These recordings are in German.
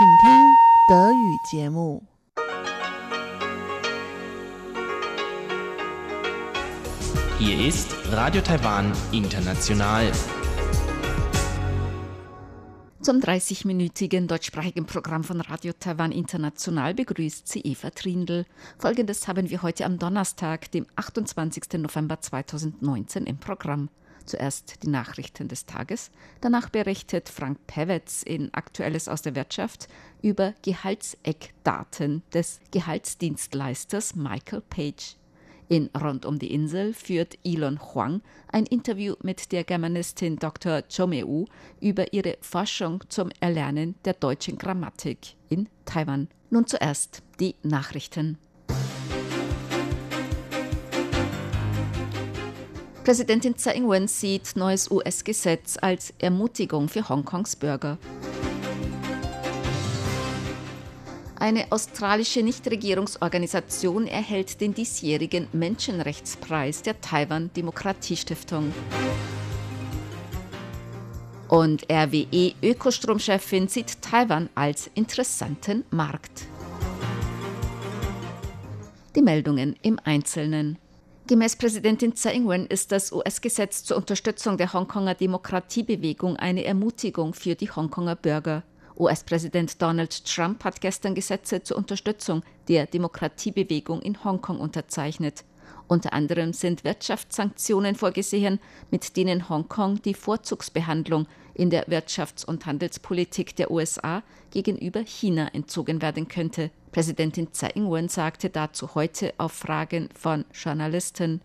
请听德语节目。 Hier ist Radio Taiwan International. Zum 30-minütigen deutschsprachigen Programm von Radio Taiwan International begrüßt sie Eva Trindl. Folgendes haben wir heute am Donnerstag, dem 28. November 2019 im Programm. Zuerst die Nachrichten des Tages, danach berichtet Frank Pewetz in Aktuelles aus der Wirtschaft über Gehaltseckdaten des Gehaltsdienstleisters Michael Page. In Rund um die Insel führt Elon Huang ein Interview mit der Germanistin Dr. Zhou Mei-u über ihre Forschung zum Erlernen der deutschen Grammatik in Taiwan. Nun zuerst die Nachrichten. Präsidentin Tsai Ing-wen sieht neues US-Gesetz als Ermutigung für Hongkongs Bürger. Eine australische Nichtregierungsorganisation erhält den diesjährigen Menschenrechtspreis der Taiwan-Demokratiestiftung. Und RWE-Ökostromchefin sieht Taiwan als interessanten Markt. Die Meldungen im Einzelnen. Gemäß Präsidentin Tsai Ing-wen ist das US-Gesetz zur Unterstützung der Hongkonger Demokratiebewegung eine Ermutigung für die Hongkonger Bürger. US-Präsident Donald Trump hat gestern Gesetze zur Unterstützung der Demokratiebewegung in Hongkong unterzeichnet. Unter anderem sind Wirtschaftssanktionen vorgesehen, mit denen Hongkong die Vorzugsbehandlung in der Wirtschafts- und Handelspolitik der USA gegenüber China entzogen werden könnte. Präsidentin Tsai Ing-wen sagte dazu heute auf Fragen von Journalisten.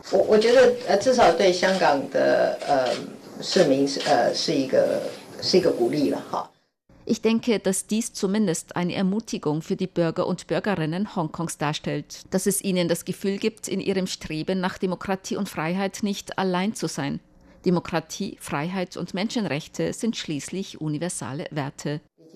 Ich denke, dass dies zumindest eine Ermutigung für die Bürger und Bürgerinnen Hongkongs darstellt, dass es ihnen das Gefühl gibt, in ihrem Streben nach Demokratie und Freiheit nicht allein zu sein. Demokratie, Freiheit und Menschenrechte sind schließlich universale Werte.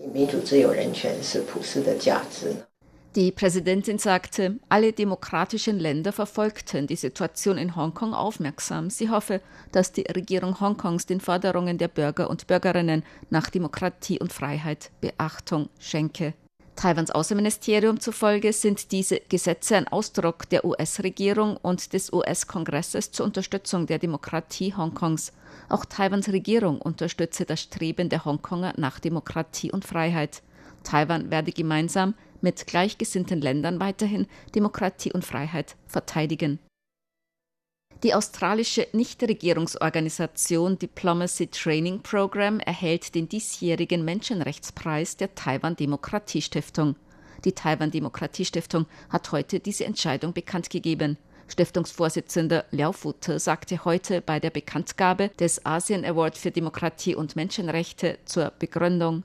Die Präsidentin sagte, alle demokratischen Länder verfolgten die Situation in Hongkong aufmerksam. Sie hoffe, dass die Regierung Hongkongs den Forderungen der Bürger und Bürgerinnen nach Demokratie und Freiheit Beachtung schenke. Taiwans Außenministerium zufolge sind diese Gesetze ein Ausdruck der US-Regierung und des US-Kongresses zur Unterstützung der Demokratie Hongkongs. Auch Taiwans Regierung unterstütze das Streben der Hongkonger nach Demokratie und Freiheit. Taiwan werde gemeinsam mit gleichgesinnten Ländern weiterhin Demokratie und Freiheit verteidigen. Die australische Nichtregierungsorganisation Diplomacy Training Program erhält den diesjährigen Menschenrechtspreis der Taiwan-Demokratiestiftung. Die Taiwan-Demokratiestiftung hat heute diese Entscheidung bekannt gegeben. Stiftungsvorsitzender Liao Fute sagte heute bei der Bekanntgabe des Asian Award für Demokratie und Menschenrechte zur Begründung: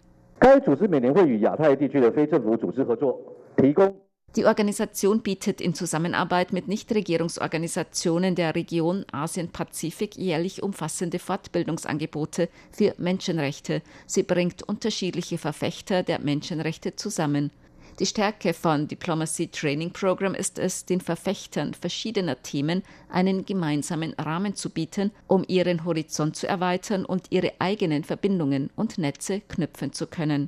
Die Organisation bietet in Zusammenarbeit mit Nichtregierungsorganisationen der Region Asien-Pazifik jährlich umfassende Fortbildungsangebote für Menschenrechte. Sie bringt unterschiedliche Verfechter der Menschenrechte zusammen. Die Stärke von Diplomacy Training Program ist es, den Verfechtern verschiedener Themen einen gemeinsamen Rahmen zu bieten, um ihren Horizont zu erweitern und ihre eigenen Verbindungen und Netze knüpfen zu können.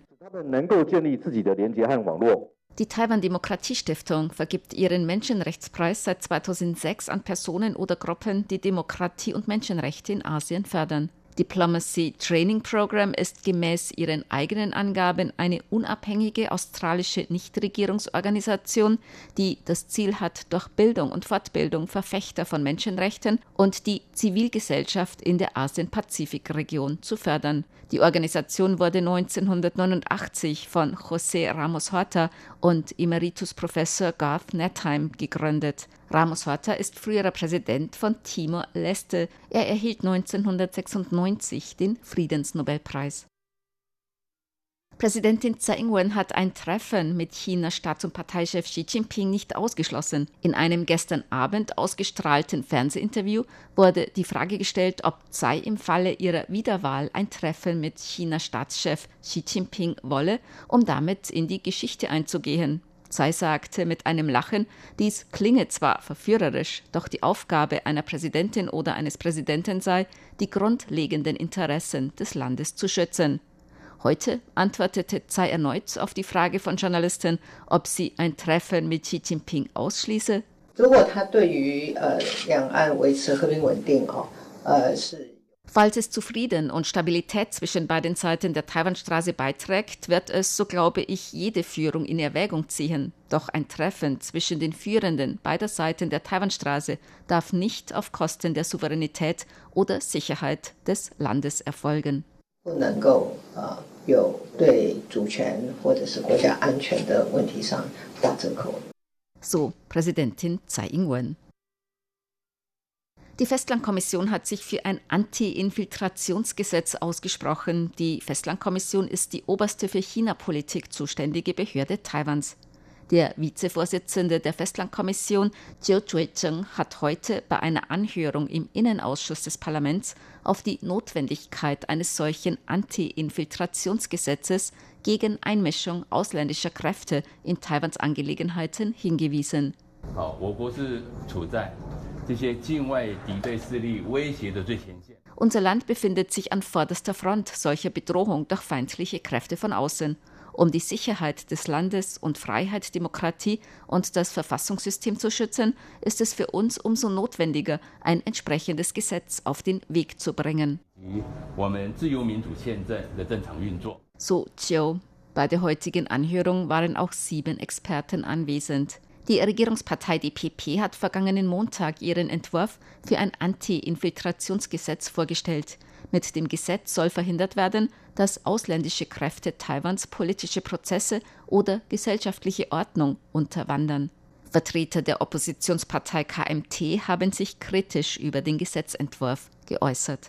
Die Taiwan-Demokratiestiftung vergibt ihren Menschenrechtspreis seit 2006 an Personen oder Gruppen, die Demokratie und Menschenrechte in Asien fördern. Diplomacy Training Program ist gemäß ihren eigenen Angaben eine unabhängige australische Nichtregierungsorganisation, die das Ziel hat, durch Bildung und Fortbildung Verfechter von Menschenrechten und die Zivilgesellschaft in der Asien-Pazifik-Region zu fördern. Die Organisation wurde 1989 von José Ramos Horta und Emeritus-Professor Garth Netheim gegründet. Ramos Horta ist früherer Präsident von Timor-Leste. Er erhielt 1996 den Friedensnobelpreis. Präsidentin Tsai Ing-wen hat ein Treffen mit Chinas Staats- und Parteichef Xi Jinping nicht ausgeschlossen. In einem gestern Abend ausgestrahlten Fernsehinterview wurde die Frage gestellt, ob Tsai im Falle ihrer Wiederwahl ein Treffen mit Chinas Staatschef Xi Jinping wolle, um damit in die Geschichte einzugehen. Tsai sagte mit einem Lachen, dies klinge zwar verführerisch, doch die Aufgabe einer Präsidentin oder eines Präsidenten sei, die grundlegenden Interessen des Landes zu schützen. Heute antwortete Tsai erneut auf die Frage von Journalisten, ob sie ein Treffen mit Xi Jinping ausschließe. Falls es zu Frieden und Stabilität zwischen beiden Seiten der Taiwanstraße beiträgt, wird es, so glaube ich, jede Führung in Erwägung ziehen. Doch ein Treffen zwischen den Führenden beider Seiten der Taiwanstraße darf nicht auf Kosten der Souveränität oder Sicherheit des Landes erfolgen. So Präsidentin Tsai Ing-wen. Die Festlandkommission hat sich für ein Anti-Infiltrationsgesetz ausgesprochen. Die Festlandkommission ist die oberste für China-Politik zuständige Behörde Taiwans. Der Vizevorsitzende der Festlandkommission, Chiu Zhui-cheng, hat heute bei einer Anhörung im Innenausschuss des Parlaments auf die Notwendigkeit eines solchen Anti-Infiltrationsgesetzes gegen Einmischung ausländischer Kräfte in Taiwans Angelegenheiten hingewiesen. Unser Land befindet sich an vorderster Front solcher Bedrohung durch feindliche Kräfte von außen. Um die Sicherheit des Landes und Freiheit, Demokratie und das Verfassungssystem zu schützen, ist es für uns umso notwendiger, ein entsprechendes Gesetz auf den Weg zu bringen. So Chiu. Bei der heutigen Anhörung waren auch 7 Experten anwesend. Die Regierungspartei DPP hat vergangenen Montag ihren Entwurf für ein Anti-Infiltrationsgesetz vorgestellt. Mit dem Gesetz soll verhindert werden, dass ausländische Kräfte Taiwans politische Prozesse oder gesellschaftliche Ordnung unterwandern. Vertreter der Oppositionspartei KMT haben sich kritisch über den Gesetzentwurf geäußert.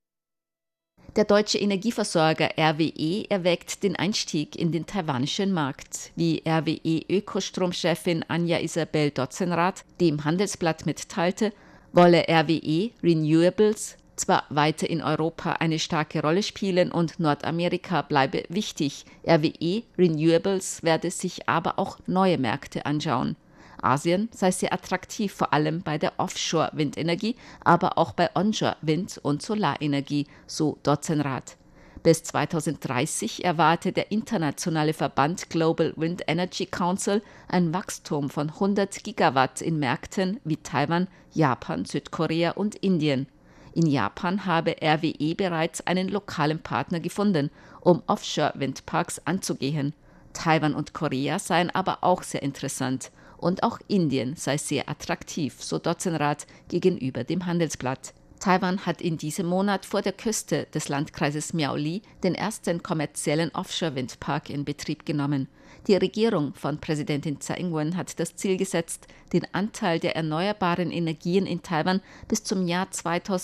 Der deutsche Energieversorger RWE erwägt den Einstieg in den taiwanischen Markt. Wie RWE-Ökostromchefin Anja Isabel Dotzenrath dem Handelsblatt mitteilte, wolle RWE Renewables zwar weiter in Europa eine starke Rolle spielen und Nordamerika bleibe wichtig. RWE Renewables werde sich aber auch neue Märkte anschauen. Asien sei sehr attraktiv, vor allem bei der Offshore-Windenergie, aber auch bei Onshore-Wind- und Solarenergie, so Dotzenrath. Bis 2030 erwarte der internationale Verband Global Wind Energy Council ein Wachstum von 100 Gigawatt in Märkten wie Taiwan, Japan, Südkorea und Indien. In Japan habe RWE bereits einen lokalen Partner gefunden, um Offshore-Windparks anzugehen. Taiwan und Korea seien aber auch sehr interessant. Und auch Indien sei sehr attraktiv, so Dotzenrath gegenüber dem Handelsblatt. Taiwan hat in diesem Monat vor der Küste des Landkreises Miaoli den ersten kommerziellen Offshore-Windpark in Betrieb genommen. Die Regierung von Präsidentin Tsai Ing-wen hat das Ziel gesetzt, den Anteil der erneuerbaren Energien in Taiwan bis zum Jahr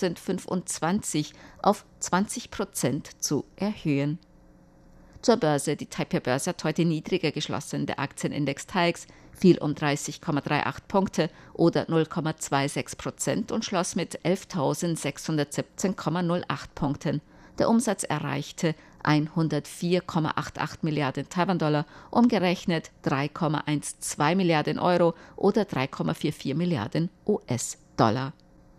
2025 auf 20% zu erhöhen. Zur Börse. Die Taipei-Börse hat heute niedriger geschlossen. Der Aktienindex TAIEX fiel um 30,38 Punkte oder 0,26% und schloss mit 11.617,08 Punkten. Der Umsatz erreichte 104,88 Milliarden Taiwan-Dollar, umgerechnet 3,12 Milliarden Euro oder 3,44 Milliarden US-Dollar.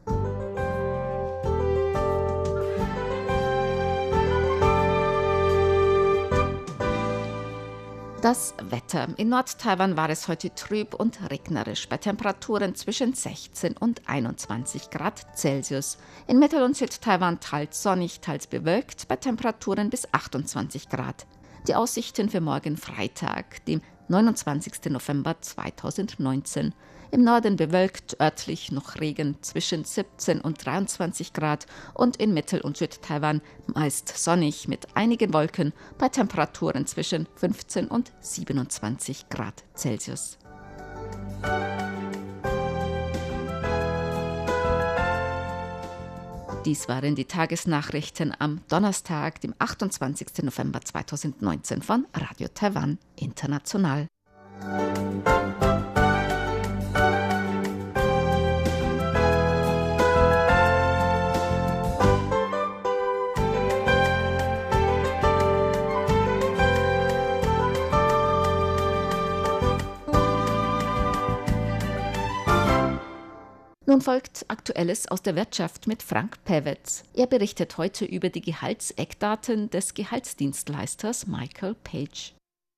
Das Wetter. In Nord-Taiwan war es heute trüb und regnerisch, bei Temperaturen zwischen 16 und 21 Grad Celsius. In Mittel- und Südtaiwan teils sonnig, teils bewölkt, bei Temperaturen bis 28 Grad. Die Aussichten für morgen Freitag, dem 29. November 2019. Im Norden bewölkt, örtlich noch Regen zwischen 17 und 23 Grad und in Mittel- und Südtaiwan meist sonnig mit einigen Wolken bei Temperaturen zwischen 15 und 27 Grad Celsius. Dies waren die Tagesnachrichten am Donnerstag, dem 28. November 2019 von Radio Taiwan International. Nun Nun folgt Aktuelles aus der Wirtschaft mit Frank Pewitz. Er berichtet heute über die Gehaltseckdaten des Gehaltsdienstleisters Michael Page.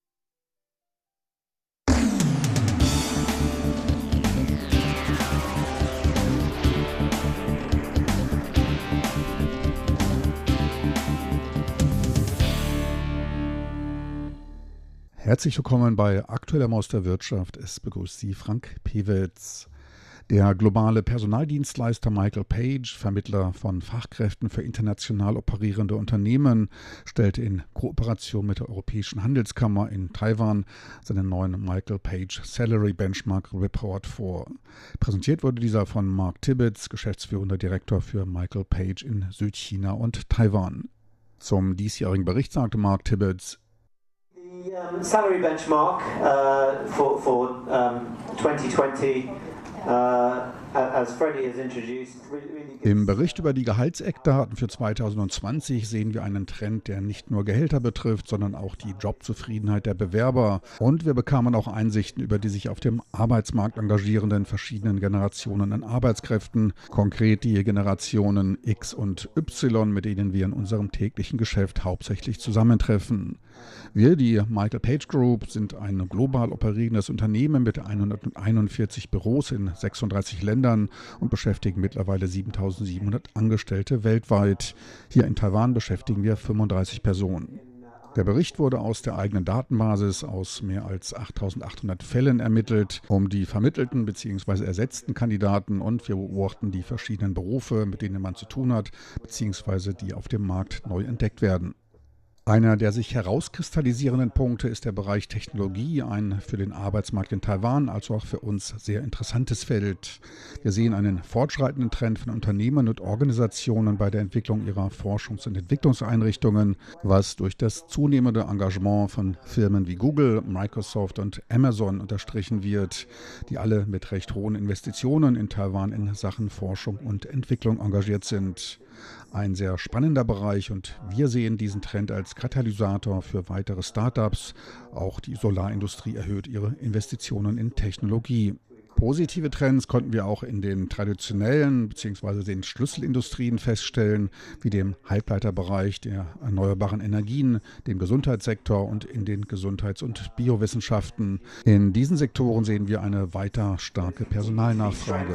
Herzlich willkommen bei Aktuellem aus der Wirtschaft. Es begrüßt Sie Frank Pewitz. Der globale Personaldienstleister Michael Page, Vermittler von Fachkräften für international operierende Unternehmen, stellte in Kooperation mit der Europäischen Handelskammer in Taiwan seinen neuen Michael Page Salary Benchmark Report vor. Präsentiert wurde dieser von Mark Tibbetts, geschäftsführender Direktor für Michael Page in Südchina und Taiwan. Zum diesjährigen Bericht sagte Mark Tibbetts: The salary benchmark for 2020, as Freddie has introduced, Im Bericht über die Gehaltseckdaten für 2020 sehen wir einen Trend, der nicht nur Gehälter betrifft, sondern auch die Jobzufriedenheit der Bewerber. Und wir bekamen auch Einsichten über die sich auf dem Arbeitsmarkt engagierenden verschiedenen Generationen an Arbeitskräften, konkret die Generationen X und Y, mit denen wir in unserem täglichen Geschäft hauptsächlich zusammentreffen. Wir, die Michael Page Group, sind ein global operierendes Unternehmen mit 141 Büros in 36 Ländern und beschäftigen mittlerweile 7.700 Angestellte weltweit. Hier in Taiwan beschäftigen wir 35 Personen. Der Bericht wurde aus der eigenen Datenbasis aus mehr als 8.800 Fällen ermittelt, um die vermittelten bzw. ersetzten Kandidaten, und wir beobachten die verschiedenen Berufe, mit denen man zu tun hat, bzw. die auf dem Markt neu entdeckt werden. Einer der sich herauskristallisierenden Punkte ist der Bereich Technologie, ein für den Arbeitsmarkt in Taiwan, also auch für uns sehr interessantes Feld. Wir sehen einen fortschreitenden Trend von Unternehmen und Organisationen bei der Entwicklung ihrer Forschungs- und Entwicklungseinrichtungen, was durch das zunehmende Engagement von Firmen wie Google, Microsoft und Amazon unterstrichen wird, die alle mit recht hohen Investitionen in Taiwan in Sachen Forschung und Entwicklung engagiert sind. Ein sehr spannender Bereich, und wir sehen diesen Trend als Katalysator für weitere Startups. Auch die Solarindustrie erhöht ihre Investitionen in Technologie. Positive Trends konnten wir auch in den traditionellen bzw. den Schlüsselindustrien feststellen, wie dem Halbleiterbereich, der erneuerbaren Energien, dem Gesundheitssektor und in den Gesundheits- und Biowissenschaften. In diesen Sektoren sehen wir eine weiter starke Personalnachfrage.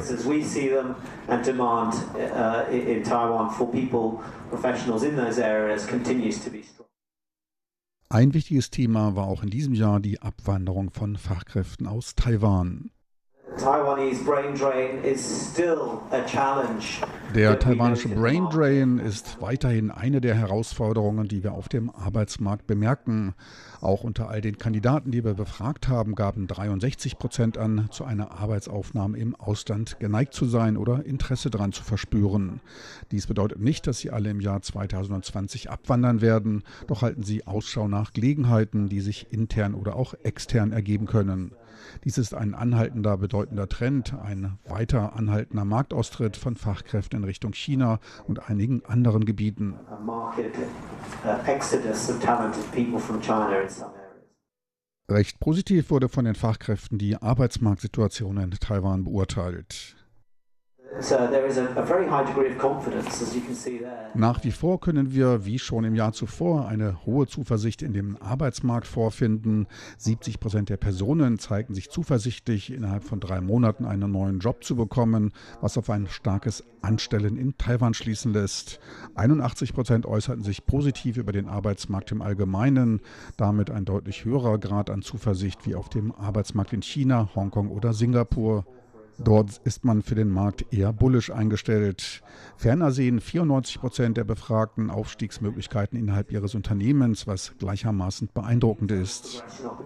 Ein wichtiges Thema war auch in diesem Jahr die Abwanderung von Fachkräften aus Taiwan. Der taiwanische Brain Drain ist weiterhin eine der Herausforderungen, die wir auf dem Arbeitsmarkt bemerken. Auch unter all den Kandidaten, die wir befragt haben, gaben 63% an, zu einer Arbeitsaufnahme im Ausland geneigt zu sein oder Interesse daran zu verspüren. Dies bedeutet nicht, dass sie alle im Jahr 2020 abwandern werden, doch halten sie Ausschau nach Gelegenheiten, die sich intern oder auch extern ergeben können. Dies ist ein anhaltender, bedeutender Trend, ein weiter anhaltender Marktaustritt von Fachkräften in Richtung China und einigen anderen Gebieten. Recht positiv wurde von den Fachkräften die Arbeitsmarktsituation in Taiwan beurteilt. Nach wie vor können wir, wie schon im Jahr zuvor, eine hohe Zuversicht in den Arbeitsmarkt vorfinden. 70% der Personen zeigten sich zuversichtlich, innerhalb von 3 Monaten einen neuen Job zu bekommen, was auf ein starkes Anstellen in Taiwan schließen lässt. 81% äußerten sich positiv über den Arbeitsmarkt im Allgemeinen, damit ein deutlich höherer Grad an Zuversicht wie auf dem Arbeitsmarkt in China, Hongkong oder Singapur. Dort ist man für den Markt eher bullisch eingestellt. Ferner sehen 94% der Befragten Aufstiegsmöglichkeiten innerhalb ihres Unternehmens, was gleichermaßen beeindruckend ist.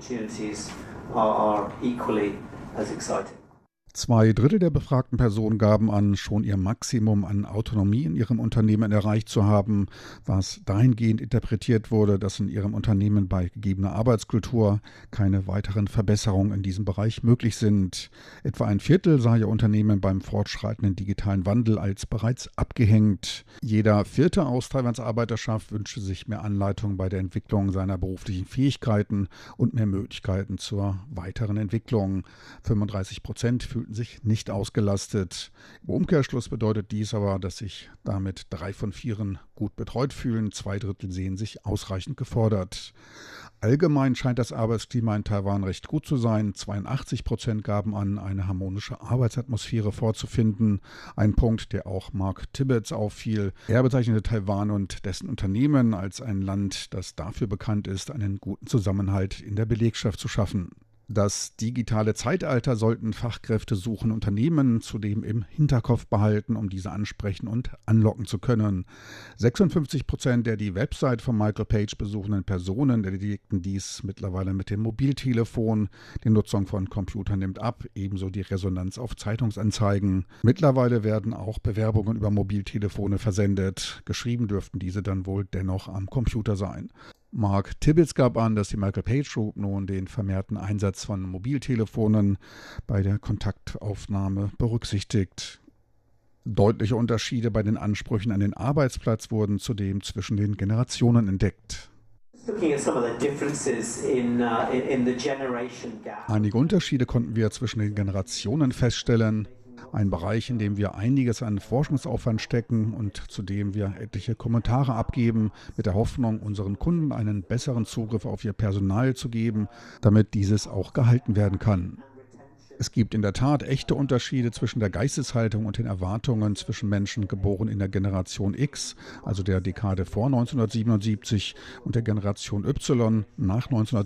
2/3 der befragten Personen gaben an, schon ihr Maximum an Autonomie in ihrem Unternehmen erreicht zu haben, was dahingehend interpretiert wurde, dass in ihrem Unternehmen bei gegebener Arbeitskultur keine weiteren Verbesserungen in diesem Bereich möglich sind. Etwa 1/4 sah ihr Unternehmen beim fortschreitenden digitalen Wandel als bereits abgehängt. Jeder 4. aus Taiwans Arbeiterschaft wünschte sich mehr Anleitung bei der Entwicklung seiner beruflichen Fähigkeiten und mehr Möglichkeiten zur weiteren Entwicklung. 35% fühlten fühlten sich nicht ausgelastet. Im Umkehrschluss bedeutet dies aber, dass sich damit 3 von 4 gut betreut fühlen, 2/3 sehen sich ausreichend gefordert. Allgemein scheint das Arbeitsklima in Taiwan recht gut zu sein. 82% gaben an, eine harmonische Arbeitsatmosphäre vorzufinden. Ein Punkt, der auch Mark Tibbetts auffiel. Er bezeichnete Taiwan und dessen Unternehmen als ein Land, das dafür bekannt ist, einen guten Zusammenhalt in der Belegschaft zu schaffen. Das digitale Zeitalter sollten Fachkräfte suchen Unternehmen zudem im Hinterkopf behalten, um diese ansprechen und anlocken zu können. 56% der die Website von Michael Page besuchenden Personen erledigten dies mittlerweile mit dem Mobiltelefon. Die Nutzung von Computern nimmt ab, ebenso die Resonanz auf Zeitungsanzeigen. Mittlerweile werden auch Bewerbungen über Mobiltelefone versendet. Geschrieben dürften diese dann wohl dennoch am Computer sein. Mark Tibbetts gab an, dass die Michael Page Group nun den vermehrten Einsatz von Mobiltelefonen bei der Kontaktaufnahme berücksichtigt. Deutliche Unterschiede bei den Ansprüchen an den Arbeitsplatz wurden zudem zwischen den Generationen entdeckt. Einige Unterschiede konnten wir zwischen den Generationen feststellen. Ein Bereich, in dem wir einiges an Forschungsaufwand stecken und zu dem wir etliche Kommentare abgeben, mit der Hoffnung, unseren Kunden einen besseren Zugriff auf ihr Personal zu geben, damit dieses auch gehalten werden kann. Es gibt in der Tat echte Unterschiede zwischen der Geisteshaltung und den Erwartungen zwischen Menschen geboren in der Generation X, also der Dekade vor 1977, und der Generation Y nach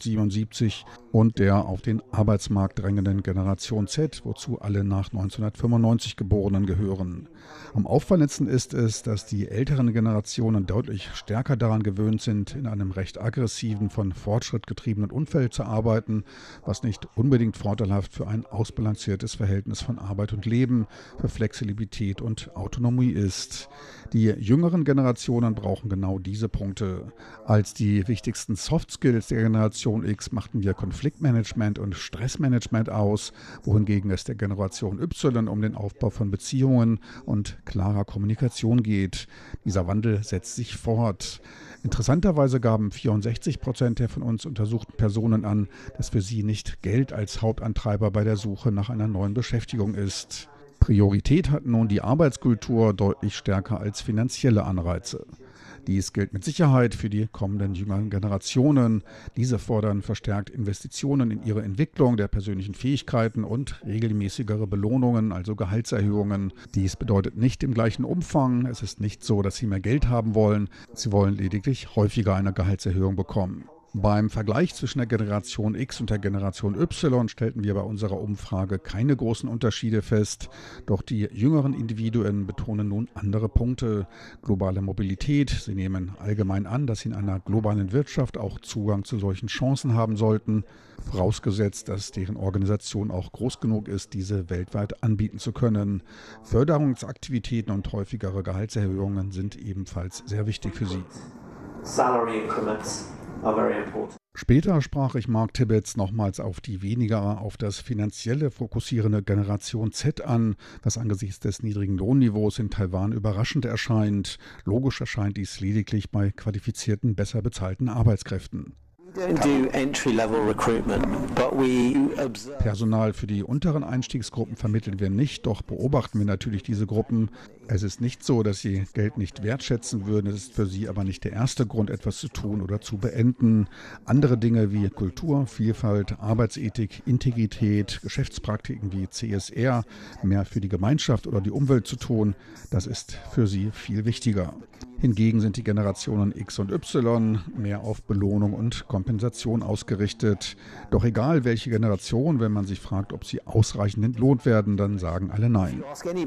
1977 und der auf den Arbeitsmarkt drängenden Generation Z, wozu alle nach 1995 Geborenen gehören. Am auffallendsten ist es, dass die älteren Generationen deutlich stärker daran gewöhnt sind, in einem recht aggressiven, von Fortschritt getriebenen Umfeld zu arbeiten, was nicht unbedingt vorteilhaft für ein ausbalanciertes Verhältnis von Arbeit und Leben, für Flexibilität und Autonomie ist. Die jüngeren Generationen brauchen genau diese Punkte. Als die wichtigsten Soft Skills der Generation X machten wir Konfliktmanagement und Stressmanagement aus, wohingegen es der Generation Y um den Aufbau von Beziehungen und klarer Kommunikation geht. Dieser Wandel setzt sich fort. Interessanterweise gaben 64% der von uns untersuchten Personen an, dass für sie nicht Geld als Hauptantreiber bei der Suche nach einer neuen Beschäftigung ist. Priorität hat nun die Arbeitskultur deutlich stärker als finanzielle Anreize. Dies gilt mit Sicherheit für die kommenden jüngeren Generationen. Diese fordern verstärkt Investitionen in ihre Entwicklung der persönlichen Fähigkeiten und regelmäßigere Belohnungen, also Gehaltserhöhungen. Dies bedeutet nicht im gleichen Umfang. Es ist nicht so, dass sie mehr Geld haben wollen. Sie wollen lediglich häufiger eine Gehaltserhöhung bekommen. Beim Vergleich zwischen der Generation X und der Generation Y stellten wir bei unserer Umfrage keine großen Unterschiede fest. Doch die jüngeren Individuen betonen nun andere Punkte. Globale Mobilität. Sie nehmen allgemein an, dass sie in einer globalen Wirtschaft auch Zugang zu solchen Chancen haben sollten, vorausgesetzt, dass deren Organisation auch groß genug ist, diese weltweit anbieten zu können. Förderungsaktivitäten und häufigere Gehaltserhöhungen sind ebenfalls sehr wichtig für sie. Salary increments. Später sprach ich Mark Tibbetts nochmals auf die weniger auf das Finanzielle fokussierende Generation Z an, was angesichts des niedrigen Lohnniveaus in Taiwan überraschend erscheint. Logisch erscheint dies lediglich bei qualifizierten, besser bezahlten Arbeitskräften. Personal für die unteren Einstiegsgruppen vermitteln wir nicht, doch beobachten wir natürlich diese Gruppen. Es ist nicht so, dass sie Geld nicht wertschätzen würden. Es ist für sie aber nicht der erste Grund, etwas zu tun oder zu beenden. Andere Dinge wie Kultur, Vielfalt, Arbeitsethik, Integrität, Geschäftspraktiken wie CSR, mehr für die Gemeinschaft oder die Umwelt zu tun, das ist für sie viel wichtiger. Hingegen sind die Generationen X und Y mehr auf Belohnung und Kompensation ausgerichtet. Doch egal welche Generation, wenn man sich fragt, ob sie ausreichend entlohnt werden, dann sagen alle nein.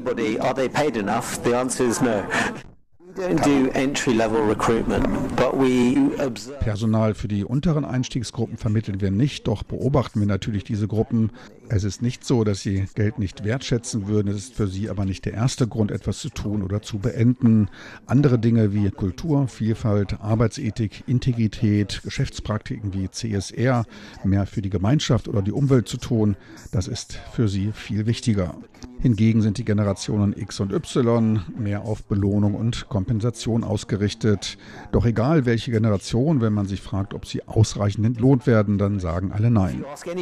Personal für die unteren Einstiegsgruppen vermitteln wir nicht, doch beobachten wir natürlich diese Gruppen. Es ist nicht so, dass sie Geld nicht wertschätzen würden. Es ist für sie aber nicht der erste Grund, etwas zu tun oder zu beenden. Andere Dinge wie Kultur, Vielfalt, Arbeitsethik, Integrität, Geschäftspraktiken wie CSR, mehr für die Gemeinschaft oder die Umwelt zu tun, das ist für sie viel wichtiger. Hingegen sind die Generationen X und Y mehr auf Belohnung und Kompensation ausgerichtet. Doch egal welche Generation, wenn man sich fragt, ob sie ausreichend entlohnt werden, dann sagen alle Nein.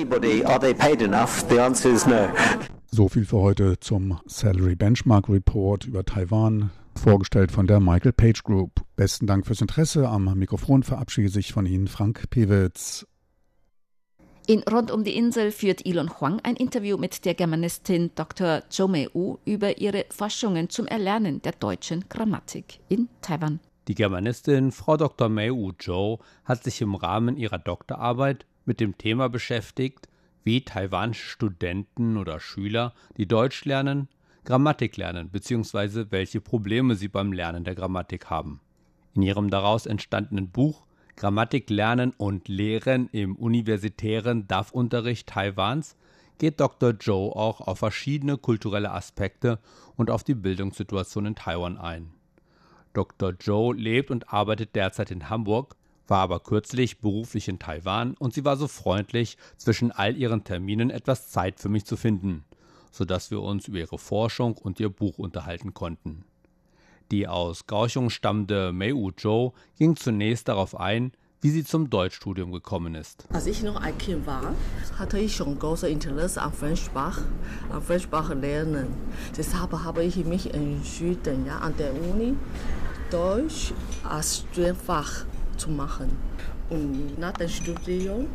So viel für heute zum Salary Benchmark Report über Taiwan, vorgestellt von der Michael Page Group. Besten Dank fürs Interesse. Am Mikrofon verabschiede sich von Ihnen Frank Pewitz. In Rund um die Insel führt Elon Huang ein Interview mit der Germanistin Dr. Zhou Mei-U über ihre Forschungen zum Erlernen der deutschen Grammatik in Taiwan. Die Germanistin Frau Dr. Mei-U Zhou hat sich im Rahmen ihrer Doktorarbeit mit dem Thema beschäftigt, wie taiwanische Studenten oder Schüler, die Deutsch lernen, Grammatik lernen bzw. welche Probleme sie beim Lernen der Grammatik haben. In ihrem daraus entstandenen Buch Grammatik lernen und lehren im universitären DAF-Unterricht Taiwans geht Dr. Zhou auch auf verschiedene kulturelle Aspekte und auf die Bildungssituation in Taiwan ein. Dr. Zhou lebt und arbeitet derzeit in Hamburg, war aber kürzlich beruflich in Taiwan und sie war so freundlich, zwischen all ihren Terminen etwas Zeit für mich zu finden, sodass wir uns über ihre Forschung und ihr Buch unterhalten konnten. Die aus Kaohsiung stammende Mei-U Zhou ging zunächst darauf ein, wie sie zum Deutschstudium gekommen ist. Als ich noch ein Kind war, hatte ich schon großes Interesse an Fremdsprache lernen. Deshalb habe ich mich entschieden, an der Uni Deutsch als Studienfach zu machen. Und nach dem Studium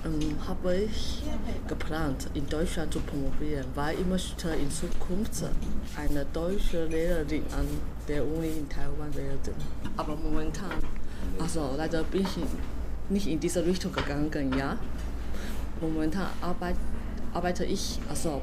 habe ich geplant, in Deutschland zu promovieren, weil ich möchte in Zukunft eine deutsche Lehrerin an der Uni in Taiwan werden. Aber momentan, leider bin ich nicht in diese Richtung gegangen, ja. Momentan arbeite ich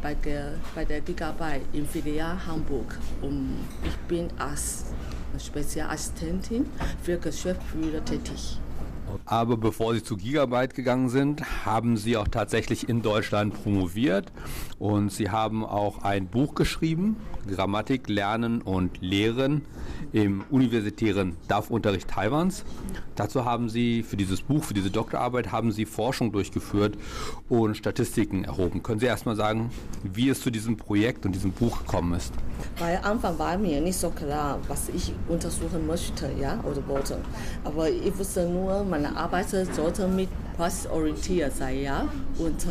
bei der Gigabyte im Filial Hamburg und ich bin als Spezialassistentin für Geschäftsführer tätig. Aber bevor Sie zu Gigabyte gegangen sind, haben Sie auch tatsächlich in Deutschland promoviert und Sie haben auch ein Buch geschrieben, Grammatik lernen und lehren im universitären DAF-Unterricht Taiwans. Dazu haben Sie für dieses Buch, für diese Doktorarbeit, haben Sie Forschung durchgeführt und Statistiken erhoben. Können Sie erstmal sagen, wie es zu diesem Projekt und diesem Buch gekommen ist? Weil am Anfang war mir nicht so klar, was ich untersuchen möchte, ja, oder wollte. Aber ich wusste nur, meine Arbeit sollte mit Praxis orientiert sein, ja, und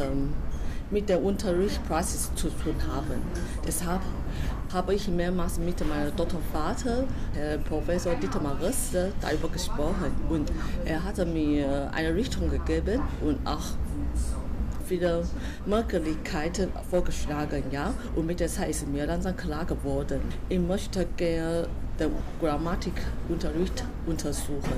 mit der Unterrichtspraxis zu tun haben. Deshalb habe ich mehrmals mit meinem Doktorvater, Professor Dietmar Röster, darüber gesprochen. Und er hat mir eine Richtung gegeben und auch viele Möglichkeiten vorgeschlagen, ja. Und mit der Zeit ist mir langsam klar geworden, ich möchte gerne den Grammatikunterricht untersuchen.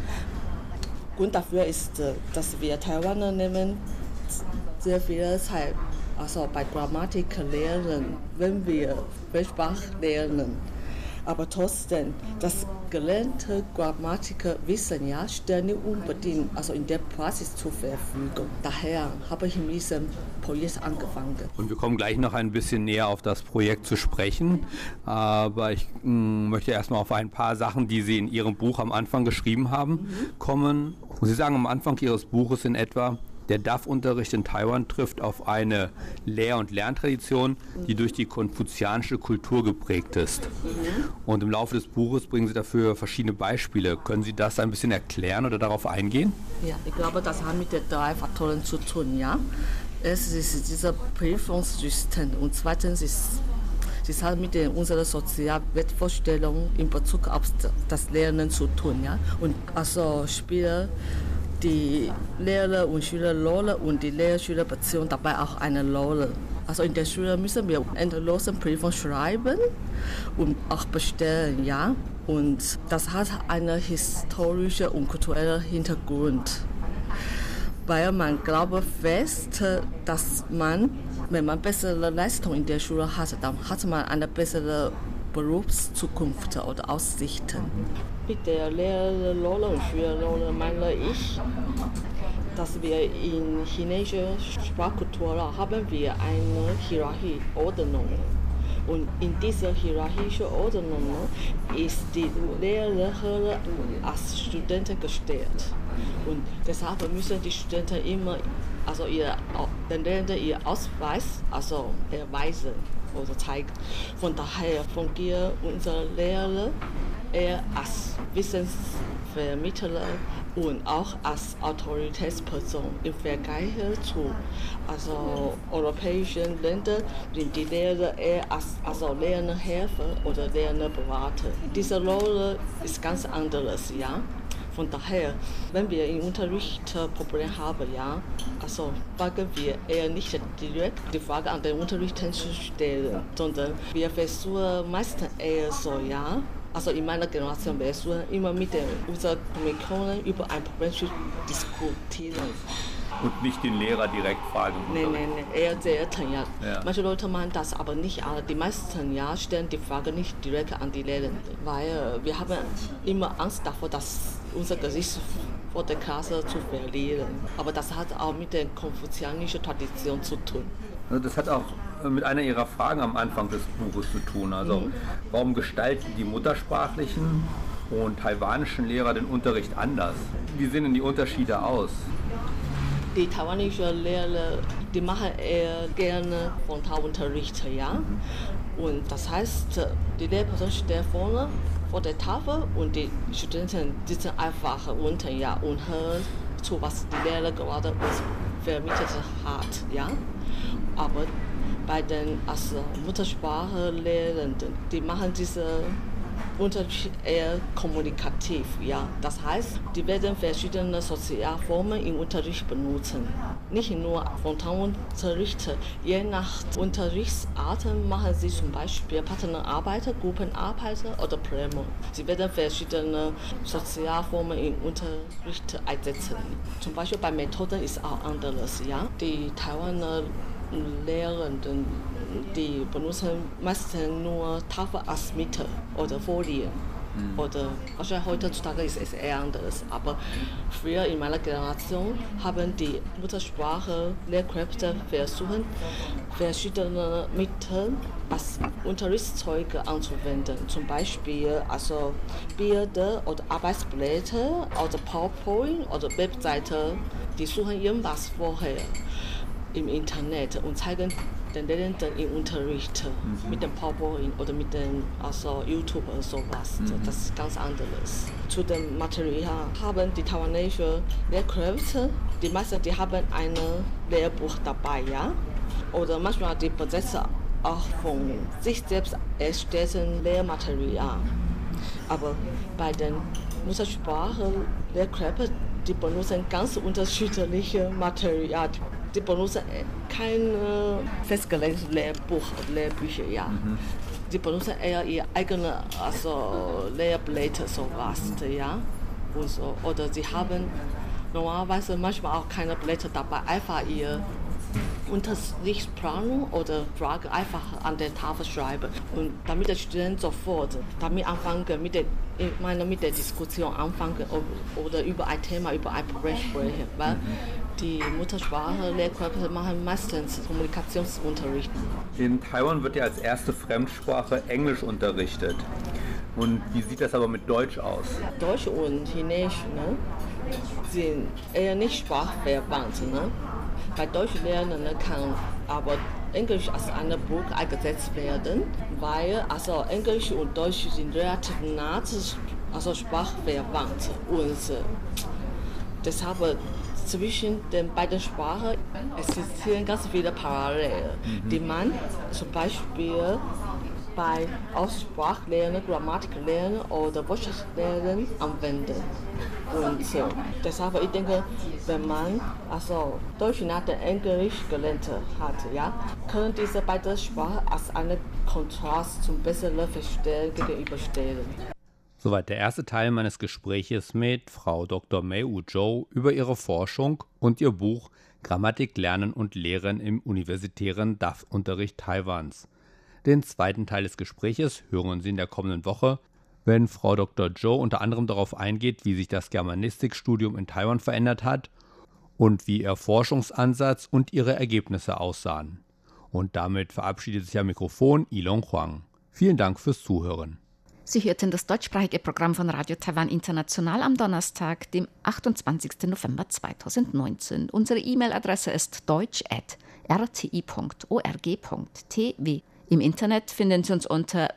Grund dafür ist, dass wir Taiwaner nehmen sehr viel Zeit bei Grammatik lernen, wenn wir Fremdsprache lernen. Aber trotzdem, das gelernte Grammatikwissen steht nicht unbedingt in der Praxis zur Verfügung. Daher habe ich mit diesem Projekt angefangen. Und wir kommen gleich noch ein bisschen näher auf das Projekt zu sprechen. Aber ich möchte erstmal auf ein paar Sachen, die Sie in Ihrem Buch am Anfang geschrieben haben, kommen. Und Sie sagen am Anfang Ihres Buches in etwa, der DAF-Unterricht in Taiwan trifft auf eine Lehr- und Lerntradition, die durch die konfuzianische Kultur geprägt ist. Und im Laufe des Buches bringen Sie dafür verschiedene Beispiele. Können Sie das ein bisschen erklären oder darauf eingehen? Ja, ich glaube, das hat mit den 3 Faktoren zu tun. Ja? Erstens ist dieser Prüfungssystem und zweitens es hat mit unserer sozialen Wertvorstellung in Bezug auf das Lernen zu tun. Ja? Und spielen die Lehrer- und Schülerrolle und die Lehrer-Schüler-Beziehung dabei auch eine Rolle. In der Schule müssen wir endlose Prüfungen schreiben und auch bestellen, ja. Und das hat einen historischen und kulturellen Hintergrund. Weil man glaubt fest, dass man, wenn man bessere Leistung in der Schule hat, dann hat man eine bessere Berufszukunft oder Aussichten. Mit der Lehrerrolle und Schülerrolle meine ich, dass wir in chinesischer Sprachkultur haben wir eine Hierarchieordnung. Und in dieser hierarchischen Ordnung ist die Lehrerin als Studentin gestellt. Und deshalb müssen die Studenten immer den Lehrenden ihr Ausweis erweisen. oder zeigt. Von daher fungiert unser Lehrer eher als Wissensvermittler und auch als Autoritätsperson im Vergleich zu europäischen Ländern sind die Lehrer eher als Lernhelfer oder Lernberater. Diese Rolle ist ganz anderes, ja. Von daher, wenn wir im Unterricht Probleme haben, ja, fragen wir eher nicht direkt die Frage an den Unterrichten zu stellen, sondern wir versuchen meistens eher so, ja. In meiner Generation versuchen immer mit unseren Kommilitonen über ein Problem zu diskutieren. Und nicht den Lehrer direkt fragen. Nein, eher selten, ja. Manche Leute machen das, aber nicht alle. Die meisten stellen die Frage nicht direkt an die Lehrenden, weil wir haben immer Angst davor, dass unser Gesicht vor der Klasse zu verlieren. Aber das hat auch mit der konfuzianischen Tradition zu tun. Also das hat auch mit einer Ihrer Fragen am Anfang des Buches zu tun. Also warum gestalten die muttersprachlichen und taiwanischen Lehrer den Unterricht anders? Wie sehen denn die Unterschiede aus? Die taiwanischen Lehrer, die machen eher gerne Frontalunterricht, ja. Und das heißt, die Lehrperson steht vorne vor der Tafel und die Studenten sitzen einfach unten, ja, und hören zu, was die Lehrer gerade uns vermittelt hat, ja. Aber bei den Muttersprachlehrenden, die machen diese Unterricht eher kommunikativ, ja. Das heißt, die werden verschiedene Sozialformen im Unterricht benutzen. Nicht nur Frontalunterricht, je nach Unterrichtsarten machen sie zum Beispiel Partnerarbeit, Gruppenarbeit oder Primo. Sie werden verschiedene Sozialformen im Unterricht einsetzen. Zum Beispiel bei Methoden ist auch anderes, ja. Die Taiwaner Lehrenden, die benutzen meistens nur Tafel als Mitte oder Folie. Oder wahrscheinlich heutzutage ist es eher anders. Aber früher in meiner Generation haben die Muttersprache-Lehrkräfte versucht, verschiedene Mittel als Unterrichtszeuge anzuwenden. Zum Beispiel Bilder oder Arbeitsblätter oder PowerPoint oder Webseite. Die suchen irgendwas vorher im Internet und zeigen den Lehrenden im Unterricht mit dem PowerPoint oder mit dem YouTube oder sowas. Das ist ganz anderes. Zu dem Material haben die taiwanesischen Lehrkräfte, die meisten, die haben ein Lehrbuch dabei, ja. Oder manchmal die besetzen auch von sich selbst erstellten Lehrmaterial. Aber bei den Muttersprache-Lehrkräften, die benutzen ganz unterschiedliche Material. Die benutzen kein festgelegtes Lehrbuch oder Lehrbücher, ja. Die benutzen eher ihr eigenes Lehrblätter, sowas, ja. Und so. Oder sie haben normalerweise manchmal auch keine Blätter dabei, einfach ihr Unterrichtsplanung oder Frage einfach an der Tafel schreiben. Und damit der Student sofort damit anfangen, mit der Diskussion anfangen oder über ein Thema, über ein Problem sprechen. Weil die Muttersprache-Lehrkräfte machen meistens Kommunikationsunterricht. In Taiwan wird ja als erste Fremdsprache Englisch unterrichtet. Und wie sieht das aber mit Deutsch aus? Deutsch und Chinesisch sind eher nicht sprachverwandt. Bei Deutsch lernen kann aber Englisch als eine Brücke eingesetzt werden, weil Englisch und Deutsch sind relativ nah sprachverwandt. Und deshalb zwischen den beiden Sprachen existieren ganz viele Parallelen, die man zum Beispiel bei Aussprachlernen, Grammatiklernen oder Wortschatlernen anwenden. Und deshalb, ich denke, wenn man Deutsch nach dem Englisch gelernt hat, ja, können diese beiden Sprachen als einen Kontrast zum besseren Verstehen gegenüberstellen. Soweit der erste Teil meines Gespräches mit Frau Dr. Mei-U Zhou über ihre Forschung und ihr Buch Grammatik lernen und lehren im universitären DAF-Unterricht Taiwans. Den zweiten Teil des Gespräches hören Sie in der kommenden Woche, wenn Frau Dr. Zhou unter anderem darauf eingeht, wie sich das Germanistikstudium in Taiwan verändert hat und wie ihr Forschungsansatz und ihre Ergebnisse aussahen. Und damit verabschiedet sich am Mikrofon Ilon Huang. Vielen Dank fürs Zuhören. Sie hörten das deutschsprachige Programm von Radio Taiwan International am Donnerstag, dem 28. November 2019. Unsere E-Mail-Adresse ist deutsch@rti.org.tw. Im Internet finden Sie uns unter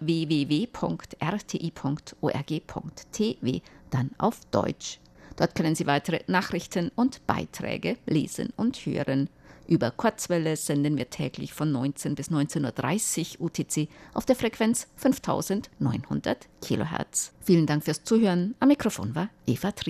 www.rti.org.tw, dann auf Deutsch. Dort können Sie weitere Nachrichten und Beiträge lesen und hören. Über Kurzwelle senden wir täglich von 19 bis 19.30 Uhr UTC auf der Frequenz 5900 kHz. Vielen Dank fürs Zuhören. Am Mikrofon war Eva Trier.